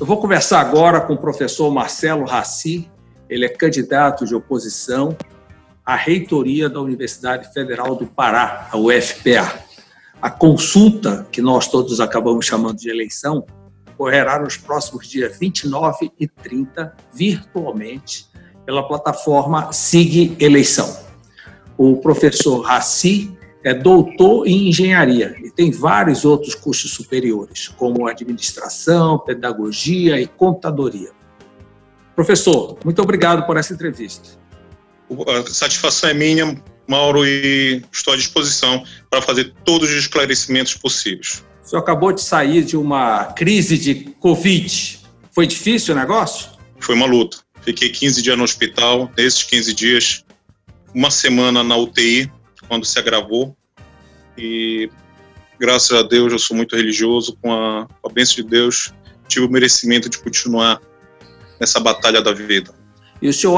Eu vou conversar agora com o professor Marcelo Raci. Ele é candidato de oposição à reitoria da Universidade Federal do Pará, a UFPA. A consulta, que nós todos acabamos chamando de eleição, ocorrerá nos próximos dias 29 e 30, virtualmente, pela plataforma SIG Eleição. O professor Raci é doutor em engenharia e tem vários outros cursos superiores, como administração, pedagogia e contadoria. Professor, muito obrigado por essa entrevista. A satisfação é minha, Mauro, e estou à disposição para fazer todos os esclarecimentos possíveis. O senhor acabou de sair de uma crise de Covid. Foi difícil o negócio? Foi uma luta. Fiquei 15 dias no hospital. Nesses 15 dias, uma semana na UTI, quando se agravou. E, graças a Deus, eu sou muito religioso. Com a bênção de Deus, tive o merecimento de continuar nessa batalha da vida. E o senhor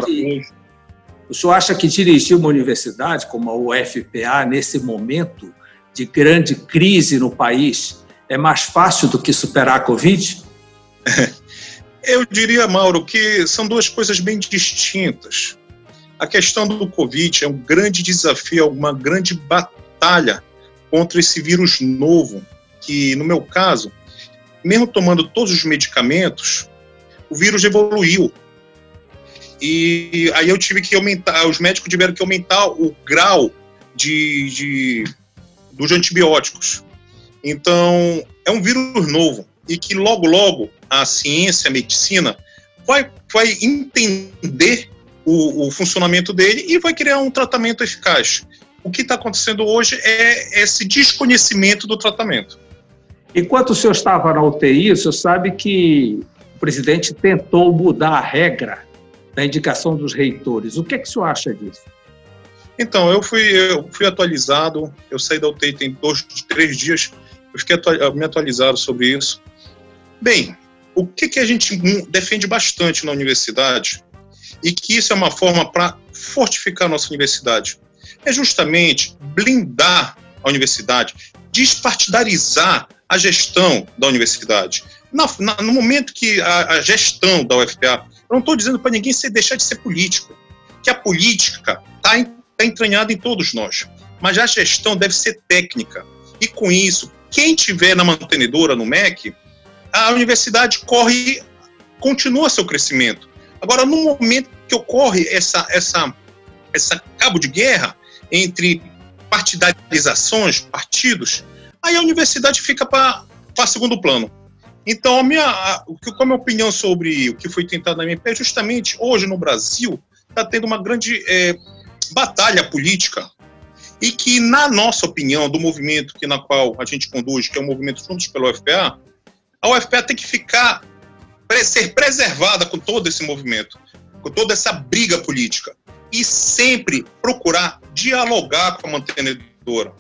acha que dirigir uma universidade como a UFPA, nesse momento de grande crise no país, é mais fácil do que superar a Covid? Eu diria, Mauro, que são duas coisas bem distintas. A questão do Covid é um grande desafio, uma grande batalha contra esse vírus novo, que, no meu caso, mesmo tomando todos os medicamentos, o vírus evoluiu. E aí eu tive que aumentar, os médicos tiveram que aumentar o grau dos antibióticos. Então, é um vírus novo e que logo a ciência, a medicina vai entender o funcionamento dele e vai criar um tratamento eficaz. O que está acontecendo hoje é esse desconhecimento do tratamento. Enquanto o senhor estava na UTI, o senhor sabe que o presidente tentou mudar a regra da indicação dos reitores. O que é que o senhor acha disso? Então, eu fui atualizado, eu saí da UTI tem 3 dias, eu fiquei me atualizado sobre isso. Bem, o que a gente defende bastante na universidade, e que isso é uma forma para fortificar a nossa universidade, é justamente blindar a universidade, despartidarizar a gestão da universidade. No momento que a gestão da UFPA, eu não estou dizendo para ninguém deixar de ser político, que a política está entranhada em todos nós, mas a gestão deve ser técnica. E com isso, quem tiver na mantenedora, no MEC, a universidade continua seu crescimento. Agora, no momento que ocorre essa cabo de guerra entre partidarizações, partidos, aí a universidade fica para segundo plano. Então, qual é a minha opinião sobre o que foi tentado na MP? Justamente, hoje no Brasil, está tendo uma grande batalha política e que, na nossa opinião, do movimento na qual a gente conduz, que é o movimento Juntos pela UFPA, a UFPA tem que ser preservada com todo esse movimento, com toda essa briga política e sempre procurar dialogar com a mantenedora.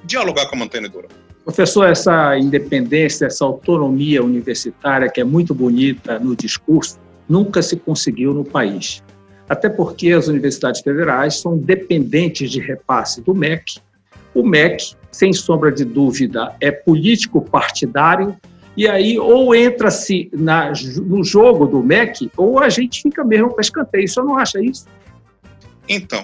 Professor, essa independência, essa autonomia universitária, que é muito bonita no discurso, nunca se conseguiu no país. Até porque as universidades federais são dependentes de repasse do MEC. O MEC, sem sombra de dúvida, é político partidário, e aí ou entra-se no jogo do MEC, ou a gente fica mesmo para escanteio. O senhor não acha isso? Então,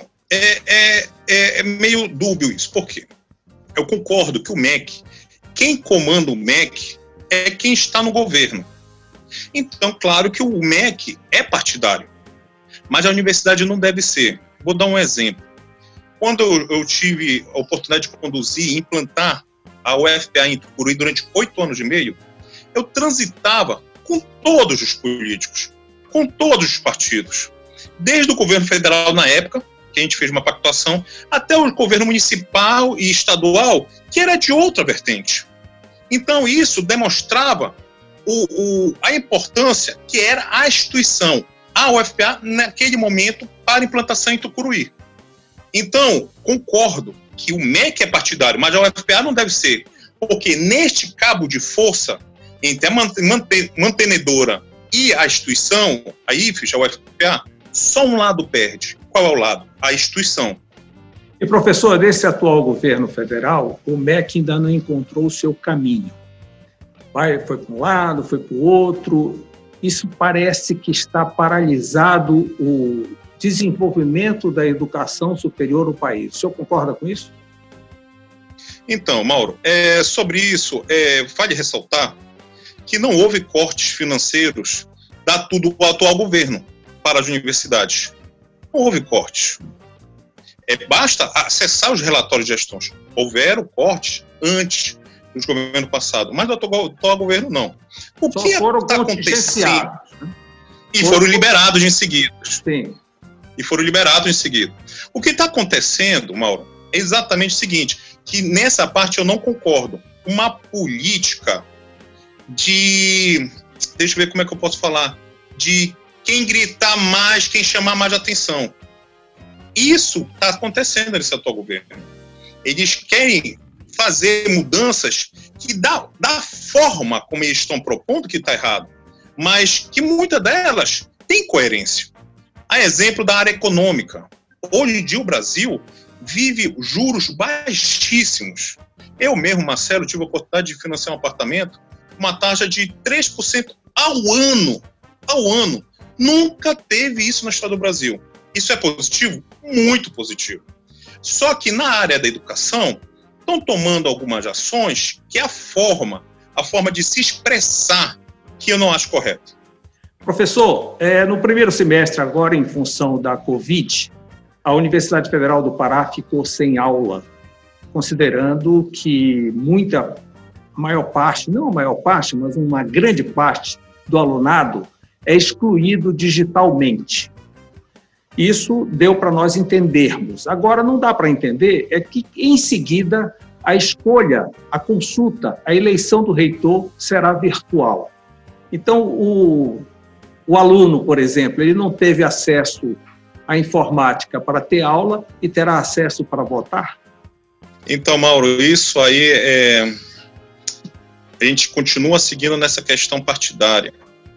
é meio dúbio isso. Por quê? Eu concordo que o MEC, quem comanda o MEC é quem está no governo. Então, claro que o MEC é partidário, mas a universidade não deve ser. Vou dar um exemplo. Quando eu tive a oportunidade de conduzir e implantar a UFPA em Tucuruí durante 8 anos e meio, eu transitava com todos os políticos, com todos os partidos, desde o governo federal na época, que a gente fez uma pactuação, até o governo municipal e estadual, que era de outra vertente. Então, isso demonstrava a importância que era a instituição, a UFPA, naquele momento, para a implantação em Tucuruí. Então, concordo que o MEC é partidário, mas a UFPA não deve ser, porque neste cabo de força entre a mantenedora e a instituição, a IFES, a UFPA, só um lado perde. Qual é o lado? A instituição. E, professor, nesse atual governo federal, o MEC ainda não encontrou o seu caminho. Foi para um lado, foi para o outro. Isso parece que está paralisado o desenvolvimento da educação superior no país. O senhor concorda com isso? Então, Mauro, sobre isso, vale ressaltar que não houve cortes financeiros do atual governo para as universidades. Não houve cortes. Basta acessar os relatórios de gestões. Houveram cortes antes dos governos passados, mas do atual governo não. O que está acontecendo? E foram liberados em seguida. Sim. E foram liberados em seguida. O que está acontecendo, Mauro, é exatamente o seguinte, que nessa parte eu não concordo. Uma política deixa eu ver como é que eu posso falar, de quem gritar mais, quem chamar mais atenção. Isso está acontecendo nesse atual governo. Eles querem fazer mudanças que da forma como eles estão propondo que está errado, mas que muitas delas têm coerência. A exemplo da área econômica. Hoje em dia o Brasil vive juros baixíssimos. Eu mesmo, Marcelo, tive a oportunidade de financiar um apartamento com uma taxa de 3% ao ano. Nunca teve isso na história do Brasil. Isso é positivo? Muito positivo. Só que na área da educação, estão tomando algumas ações que é a forma de se expressar que eu não acho correto. Professor, no primeiro semestre, agora em função da Covid, a Universidade Federal do Pará ficou sem aula, considerando que maior parte, não a maior parte, mas uma grande parte do alunado é excluído digitalmente. Isso deu para nós entendermos. Agora, não dá para entender é que, em seguida, a escolha, a consulta, a eleição do reitor será virtual. Então, o aluno, por exemplo, ele não teve acesso à informática para ter aula e terá acesso para votar? Então, Mauro, isso aí a gente continua seguindo nessa questão partidária.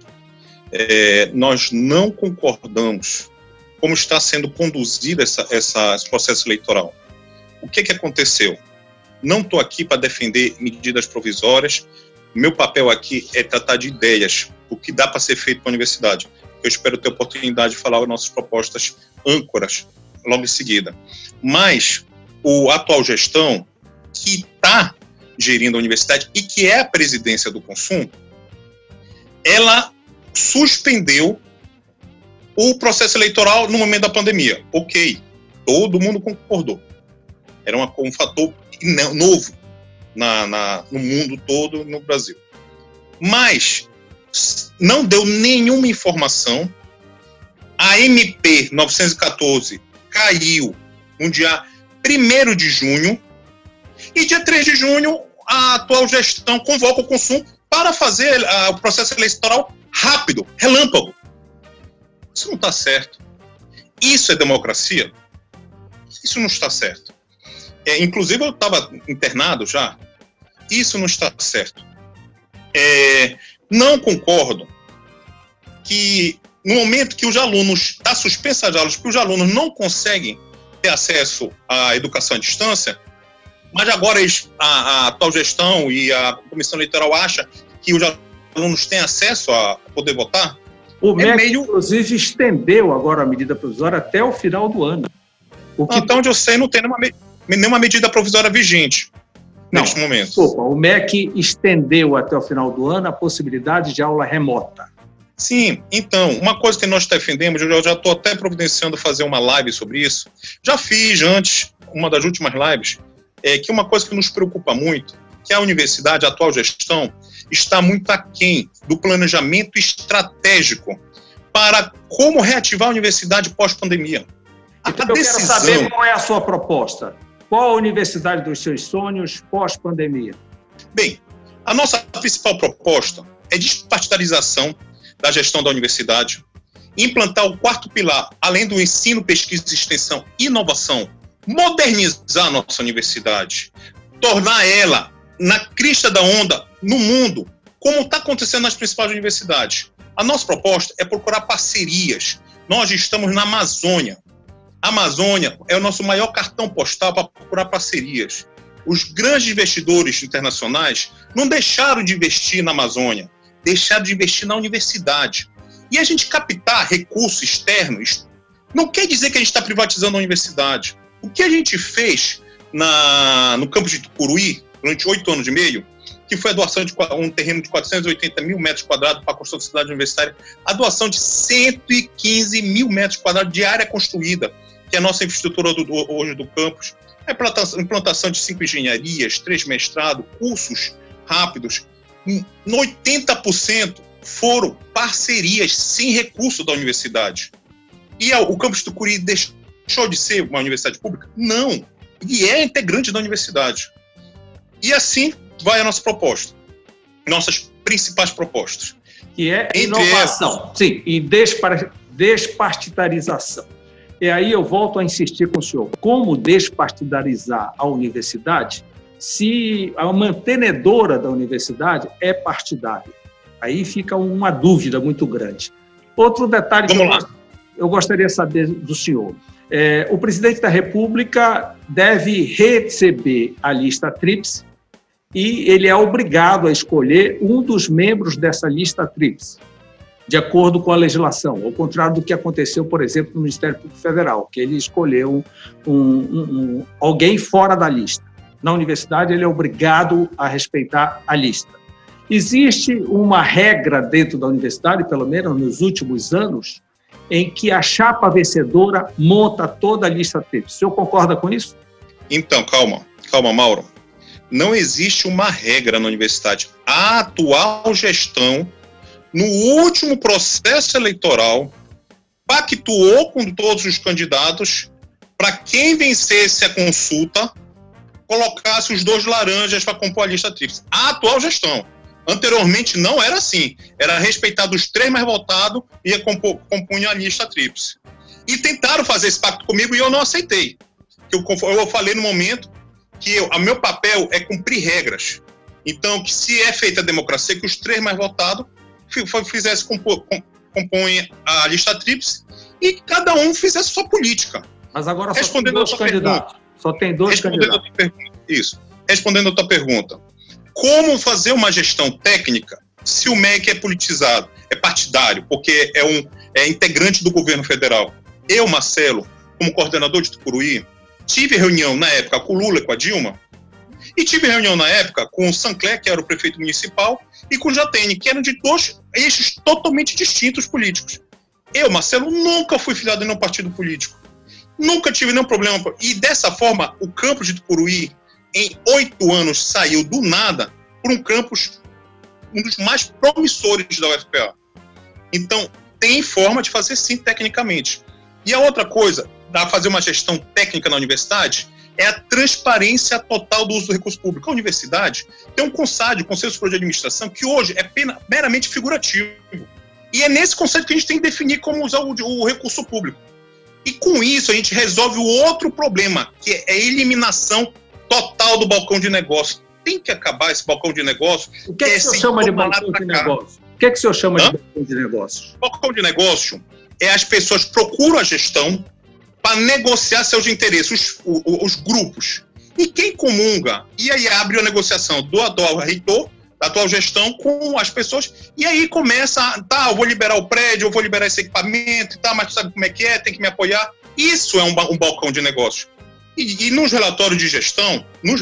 Nós não concordamos como está sendo conduzido esse processo eleitoral. O que aconteceu? Não estou aqui para defender medidas provisórias. Meu papel aqui é tratar de ideias, o que dá para ser feito para a universidade. Eu espero ter a oportunidade de falar as nossas propostas âncoras logo em seguida. Mas a atual gestão, que está gerindo a universidade e que é a presidência do consumo, ela suspendeu o processo eleitoral no momento da pandemia. Ok, todo mundo concordou. Era um fator novo no mundo todo, no Brasil. Mas não deu nenhuma informação. A MP 914 caiu no dia 1º de junho e dia 3 de junho a atual gestão convoca o consumo para fazer o processo eleitoral rápido, relâmpago. Isso não está certo. Isso é democracia? Isso não está certo. Inclusive, eu estava internado já. Isso não está certo. Não concordo que, no momento que os alunos, está suspensa as aulas, porque os alunos não conseguem ter acesso à educação à distância, mas agora a atual gestão e a comissão eleitoral acha que os alunos têm acesso a poder votar. O MEC, inclusive, estendeu agora a medida provisória até o final do ano. Até onde eu sei, não tem nenhuma medida provisória vigente neste momento. Desculpa, o MEC estendeu até o final do ano a possibilidade de aula remota. Sim, então, uma coisa que nós defendemos, eu já estou até providenciando fazer uma live sobre isso, já fiz antes, uma das últimas lives, que uma coisa que nos preocupa muito, que a universidade, a atual gestão, está muito aquém do planejamento estratégico para como reativar a universidade pós-pandemia. Então, eu quero saber qual é a sua proposta. Qual a universidade dos seus sonhos pós-pandemia? Bem, a nossa principal proposta é despartidarização da gestão da universidade, implantar o 4º pilar, além do ensino, pesquisa, extensão e inovação, modernizar a nossa universidade, tornar ela na crista da onda no mundo, como está acontecendo nas principais universidades. A nossa proposta é procurar parcerias. Nós estamos na Amazônia. A Amazônia é o nosso maior cartão postal para procurar parcerias. os grandes investidores internacionais não deixaram de investir na Amazônia, deixaram de investir na universidade. E a gente captar recursos externos não quer dizer que a gente está privatizando a universidade. O que a gente fez no campus de Tucuruí, durante 8 anos e meio, que foi a doação de um terreno de 480 mil metros quadrados para a construção da cidade universitária, a doação de 115 mil metros quadrados de área construída, que é a nossa infraestrutura hoje do campus, a implantação de 5 engenharias, 3 mestrados, cursos rápidos, 80% foram parcerias sem recurso da universidade. E o campus de Tucuruí deixou de ser uma universidade pública? Não, ele é integrante da universidade. E assim vai a nossa proposta, nossas principais propostas. Que é inovação, sim, e despartidarização. E aí eu volto a insistir com o senhor. Como despartidarizar a universidade se a mantenedora da universidade é partidária? Aí fica uma dúvida muito grande. Outro detalhe que eu gostaria de saber do senhor. O presidente da República deve receber a lista tríplice e ele é obrigado a escolher um dos membros dessa lista tríplice, de acordo com a legislação, ao contrário do que aconteceu, por exemplo, no Ministério Público Federal, que ele escolheu alguém fora da lista. Na universidade, ele é obrigado a respeitar a lista. Existe uma regra dentro da universidade, pelo menos nos últimos anos, em que a chapa vencedora monta toda a lista tríplice. O senhor concorda com isso? Então, calma, Mauro. Não existe uma regra na universidade. A atual gestão, no último processo eleitoral, pactuou com todos os candidatos para quem vencesse a consulta, colocasse os 2 laranjas para compor a lista tríplice. A atual gestão. Anteriormente não era assim. Era respeitado os 3 mais votados e compunha a lista tríplice. E tentaram fazer esse pacto comigo e eu não aceitei. Eu falei no momento que o meu papel é cumprir regras. Então, que se é feita a democracia, que os 3 mais votados compõem a lista tríplice e cada um fizesse sua política. Mas agora só tem 2 candidatos. Só tem 2 candidatos. Isso. Respondendo a tua pergunta. Como fazer uma gestão técnica se o MEC é politizado, é partidário, porque é integrante do governo federal? Eu, Marcelo, como coordenador de Tucuruí, tive reunião na época com o Lula e com a Dilma, e tive reunião na época com o Sancler, que era o prefeito municipal, e com o Jatene, que eram de 2 eixos totalmente distintos políticos. Eu, Marcelo, nunca fui filiado em nenhum partido político. Nunca tive nenhum problema. E dessa forma, o campus de Tucuruí, em 8 anos, saiu do nada por um campus, um dos mais promissores da UFPA. Então, tem forma de fazer sim, tecnicamente. E a outra coisa, para fazer uma gestão técnica na universidade, é a transparência total do uso do recurso público. A universidade tem um CONSAD, Conselho Superior de Administração, que hoje é meramente figurativo. E é nesse conceito que a gente tem que definir como usar o recurso público. E com isso a gente resolve o outro problema, que é a eliminação total do balcão de negócio. Tem que acabar esse balcão de negócio. O que é que o senhor chama de balcão de negócio? O que é que o senhor chama de balcão de negócio? Balcão de negócio é as pessoas procuram a gestão para negociar seus interesses, os grupos. E quem comunga, e aí abre a negociação do atual reitor, da atual gestão, com as pessoas, e aí começa, eu vou liberar o prédio, eu vou liberar esse equipamento, mas tu sabe como é que é, tem que me apoiar. Isso é um balcão de negócio. E nos relatórios de gestão,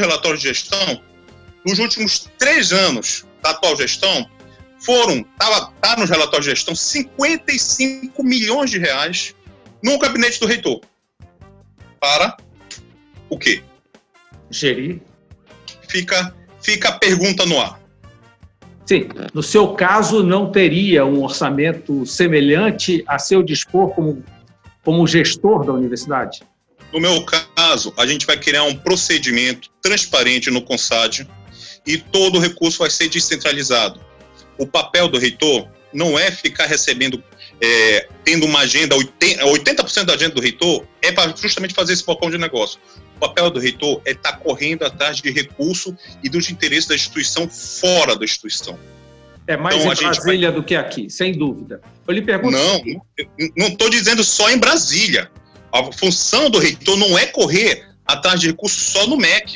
nos últimos 3 anos da atual gestão, tá nos relatórios de gestão, 55 milhões de reais no gabinete do reitor. Para o quê? Gerir. Fica a pergunta no ar. Sim, no seu caso não teria um orçamento semelhante a seu dispor como gestor da universidade? No meu caso, a gente vai criar um procedimento transparente no CONSAD e todo o recurso vai ser descentralizado. O papel do reitor não é ficar recebendo, tendo uma agenda, 80% da agenda do reitor é para justamente fazer esse balcão de negócio. O papel do reitor é estar correndo atrás de recurso e dos interesses da instituição fora da instituição. É mais então, em Brasília do que aqui, sem dúvida. Eu lhe pergunto... Não estou dizendo só em Brasília. A função do reitor não é correr atrás de recursos só no MEC.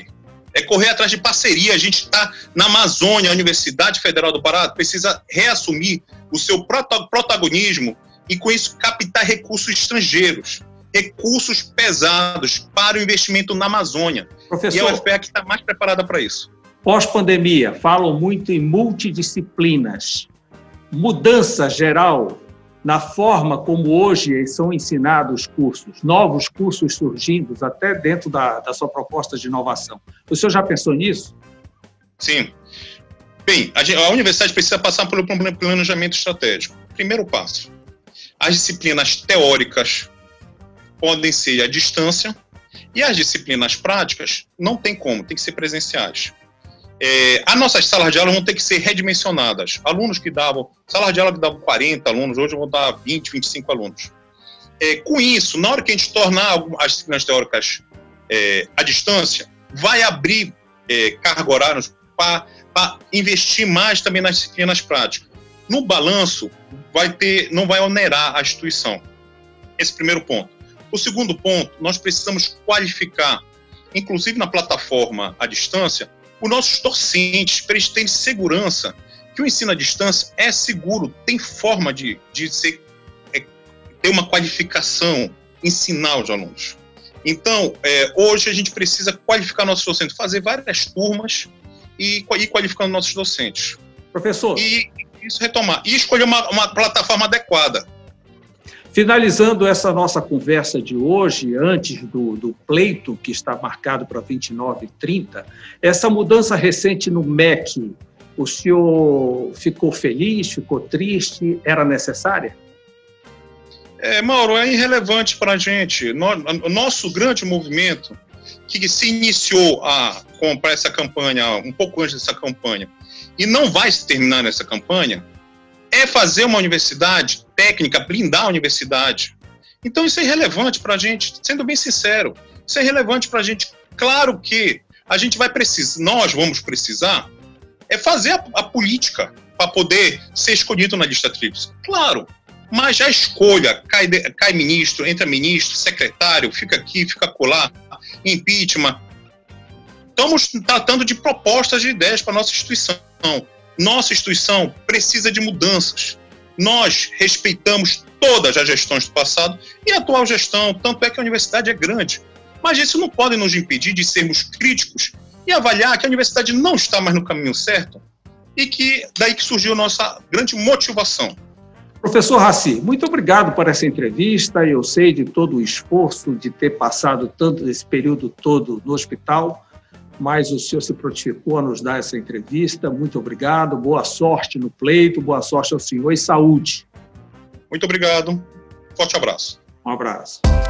é correr atrás de parceria. A gente está na Amazônia, a Universidade Federal do Pará precisa reassumir o seu protagonismo e, com isso, captar recursos estrangeiros, recursos pesados para o investimento na Amazônia. Professor, e a UFPA que está mais preparada para isso. Pós-pandemia, falam muito em multidisciplinas. Mudança geral na forma como hoje são ensinados os cursos, novos cursos surgindo até dentro da sua proposta de inovação. O senhor já pensou nisso? Sim. Bem, a universidade precisa passar por um planejamento estratégico. Primeiro passo. As disciplinas teóricas podem ser à distância e as disciplinas práticas não tem como, tem que ser presenciais. As nossas salas de aula vão ter que ser redimensionadas. Alunos que davam, salas de aula que davam 40 alunos, hoje vão dar 20, 25 alunos. Com isso, na hora que a gente tornar as disciplinas teóricas à distância, vai abrir carga horária para investir mais também nas disciplinas práticas. No balanço, não vai onerar a instituição. Esse é o primeiro ponto. O segundo ponto, nós precisamos qualificar, inclusive na plataforma à distância, os nossos docentes, para eles terem segurança que o ensino à distância é seguro, tem forma de ter uma qualificação, ensinar os alunos. Então, hoje a gente precisa qualificar nossos docentes, fazer várias turmas e ir qualificando nossos docentes. Professor. E isso retomar. E escolher uma plataforma adequada. Finalizando essa nossa conversa de hoje, antes do pleito que está marcado para 29 e 30, essa mudança recente no MEC, o senhor ficou feliz, ficou triste, era necessária? Mauro, é irrelevante para a gente. O nosso grande movimento, que se iniciou para essa campanha, um pouco antes dessa campanha, e não vai se terminar nessa campanha, é fazer uma universidade técnica, blindar a universidade. Então isso é irrelevante para a gente, sendo bem sincero, isso é irrelevante para a gente. Claro que a gente vai precisar, nós vamos precisar, fazer a política para poder ser escolhido na lista tríplice. Claro, mas a escolha, cai ministro, entra ministro, secretário, fica aqui, fica acolá, impeachment. Estamos tratando de propostas de ideias para a nossa instituição. Nossa instituição precisa de mudanças. Nós respeitamos todas as gestões do passado e a atual gestão, tanto é que a universidade é grande. Mas isso não pode nos impedir de sermos críticos e avaliar que a universidade não está mais no caminho certo e que daí que surgiu a nossa grande motivação. Professor Raci, muito obrigado por essa entrevista. Eu sei de todo o esforço de ter passado tanto esse período todo no hospital, mas o senhor se prontificou a nos dar essa entrevista. Muito obrigado, boa sorte no pleito, boa sorte ao senhor e saúde. Muito obrigado, forte abraço. Um abraço.